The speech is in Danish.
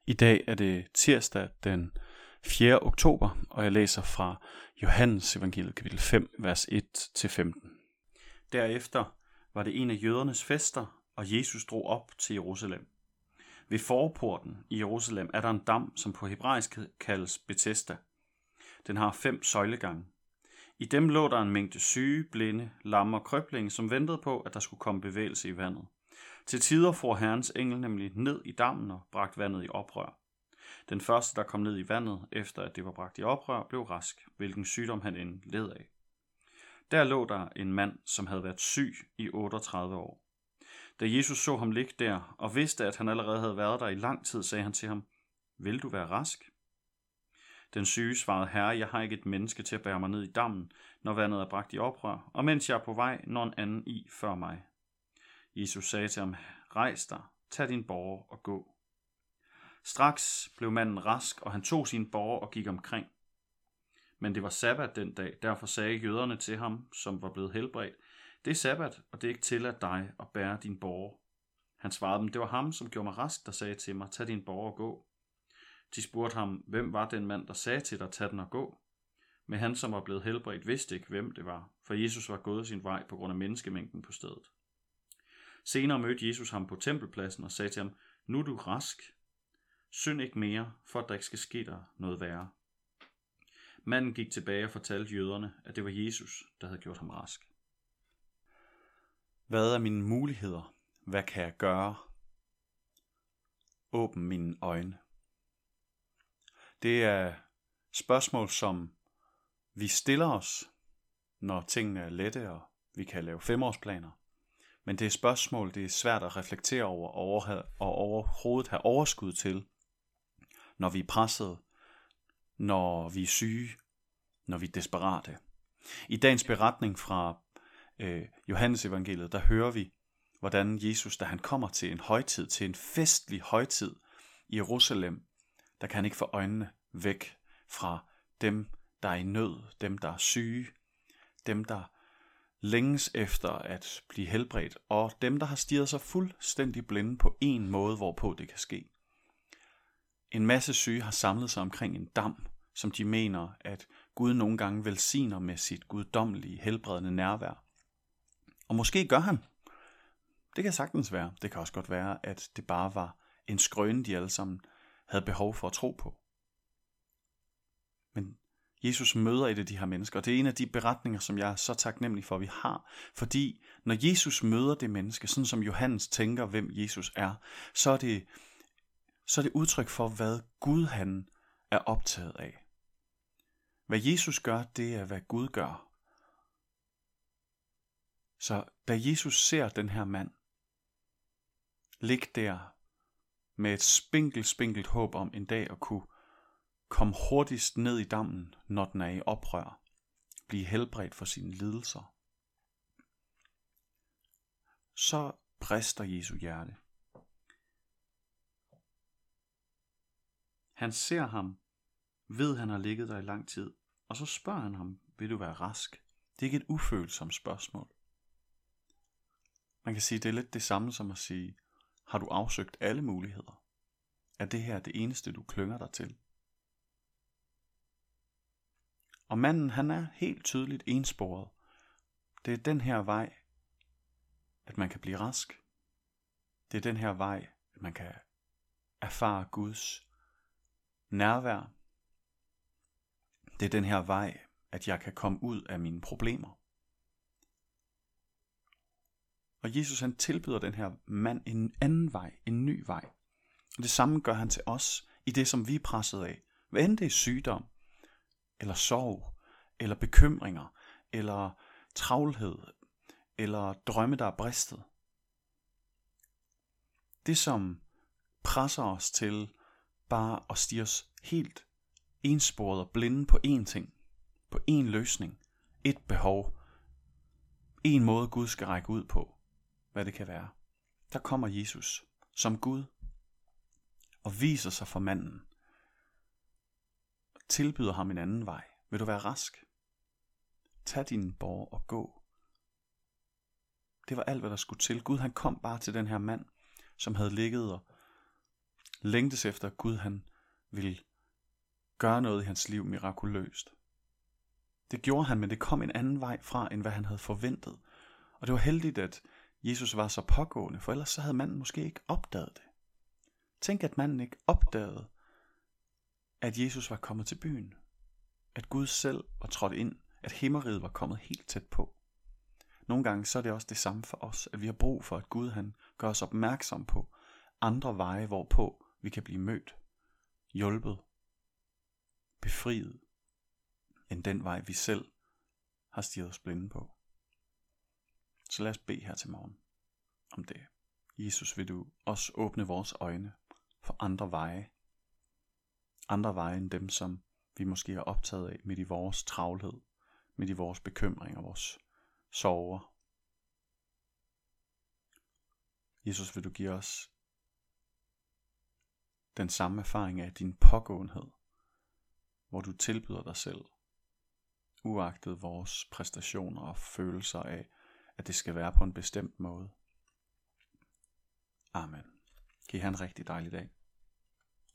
I dag er det tirsdag den 4. oktober, og jeg læser fra Johannes evangeliet kapitel 5, vers 1-15. Derefter var det en af jødernes fester, og Jesus drog op til Jerusalem. Ved forporten i Jerusalem er der en dam, som på hebraisk kaldes Betesda. Den har 5 søjlegange. I dem lå der en mængde syge, blinde, lamme og krøblinge, som ventede på, at der skulle komme bevægelse i vandet. Til tider for Herrens engel nemlig ned i dammen og bragt vandet i oprør. Den første, der kom ned i vandet, efter at det var bragt i oprør, blev rask, hvilken sygdom han end led af. Der lå der en mand, som havde været syg i 38 år. Da Jesus så ham ligge der, og vidste, at han allerede havde været der i lang tid, sagde han til ham, vil du være rask? Den syge svarede, Herre, jeg har ikke et menneske til at bære mig ned i dammen, når vandet er bragt i oprør, og mens jeg er på vej, når en anden i før mig. Jesus sagde til ham, rejs dig, tag din båre og gå. Straks blev manden rask, og han tog sin båre og gik omkring. Men det var sabbat den dag, derfor sagde jøderne til ham, som var blevet helbredt, det er sabbat, og det er ikke tilladt dig at bære din båre. Han svarede dem, det var ham, som gjorde mig rask, der sagde til mig, tag din båre og gå. De spurgte ham, hvem var den mand, der sagde til dig, tag den og gå? Men han, som var blevet helbredt, vidste ikke, hvem det var, for Jesus var gået sin vej på grund af menneskemængden på stedet. Senere mødte Jesus ham på tempelpladsen og sagde til ham, nu er du rask. Synd ikke mere, for at der ikke skal ske dig noget værre. Manden gik tilbage og fortalte jøderne, at det var Jesus, der havde gjort ham rask. Hvad er mine muligheder? Hvad kan jeg gøre? Åbn mine øjne. Det er spørgsmål, som vi stiller os, når tingene er lette, og vi kan lave 5-årsplaner. Men det er spørgsmål, det er svært at reflektere over og overhovedet have overskud til, når vi er pressede, når vi er syge, når vi er desperate. I dagens beretning fra Johannes evangeliet, der hører vi, hvordan Jesus, da han kommer til en højtid, til en festlig højtid i Jerusalem, der kan han ikke få øjnene væk fra dem, der er i nød, dem, der er syge, dem, der længes efter at blive helbredt, og dem, der har stirret sig fuldstændig blinde på en måde, hvorpå det kan ske. En masse syge har samlet sig omkring en dam, som de mener, at Gud nogle gange velsigner med sit guddommelige, helbredende nærvær. Og måske gør han. Det kan sagtens være. Det kan også godt være, at det bare var en skrøne, de alle sammen havde behov for at tro på. Men Jesus møder et af de her mennesker, og det er en af de beretninger, som jeg er så taknemmelig for, at vi har. Fordi når Jesus møder det menneske, sådan som Johannes tænker, hvem Jesus er, så er det udtryk for, hvad Gud han er optaget af. Hvad Jesus gør, det er, hvad Gud gør. Så da Jesus ser den her mand ligge der med et spinkelt håb om en dag at kunne komme hurtigst ned i dammen, når den er i oprør, blive helbredt for sine lidelser, så brister Jesu hjerte. Han ser ham, ved han har ligget der i lang tid, og så spørger han ham, vil du være rask? Det er ikke et ufølsomt spørgsmål. Man kan sige, det er lidt det samme som at sige, har du afsøgt alle muligheder? Er det her det eneste, du klynger dig til? Og manden, han er helt tydeligt ensporet. Det er den her vej, at man kan blive rask. Det er den her vej, at man kan erfare Guds nærvær. Det er den her vej, at jeg kan komme ud af mine problemer. Og Jesus han tilbyder den her mand en anden vej, en ny vej. Og det samme gør han til os i det, som vi er presset af. Hvad end det er sygdom, eller sorg, eller bekymringer, eller travlhed, eller drømme, der er bristet. Det, som presser os til bare at stirre os helt ensporet og blinde på én ting, på én løsning, et behov, en måde Gud skal række ud på, hvad det kan være. Der kommer Jesus som Gud og viser sig for manden og tilbyder ham en anden vej. Vil du være rask? Tag din båre og gå. Det var alt, hvad der skulle til. Gud han kom bare til den her mand, som havde ligget og længtes efter, at Gud han ville gøre noget i hans liv mirakuløst. Det gjorde han, men det kom en anden vej fra, end hvad han havde forventet. Og det var heldigt, at Jesus var så pågående, for ellers så havde manden måske ikke opdaget det. Tænk, at manden ikke opdagede, at Jesus var kommet til byen. At Gud selv var trådt ind, at himmeriget var kommet helt tæt på. Nogle gange så er det også det samme for os, at vi har brug for, at Gud han gør os opmærksom på andre veje, hvorpå vi kan blive mødt, hjulpet, befriet, end den vej, vi selv har stirret os blinde på. Så lad os bede her til morgen om det. Jesus, vil du også åbne vores øjne for andre veje end dem, som vi måske er optaget af midt i vores travlhed, midt i vores bekymringer, vores sorger. Jesus, vil du give os den samme erfaring af din pågåenhed, hvor du tilbyder dig selv, uagtet vores præstationer og følelser af, at det skal være på en bestemt måde. Amen. Kan I have en rigtig dejlig dag.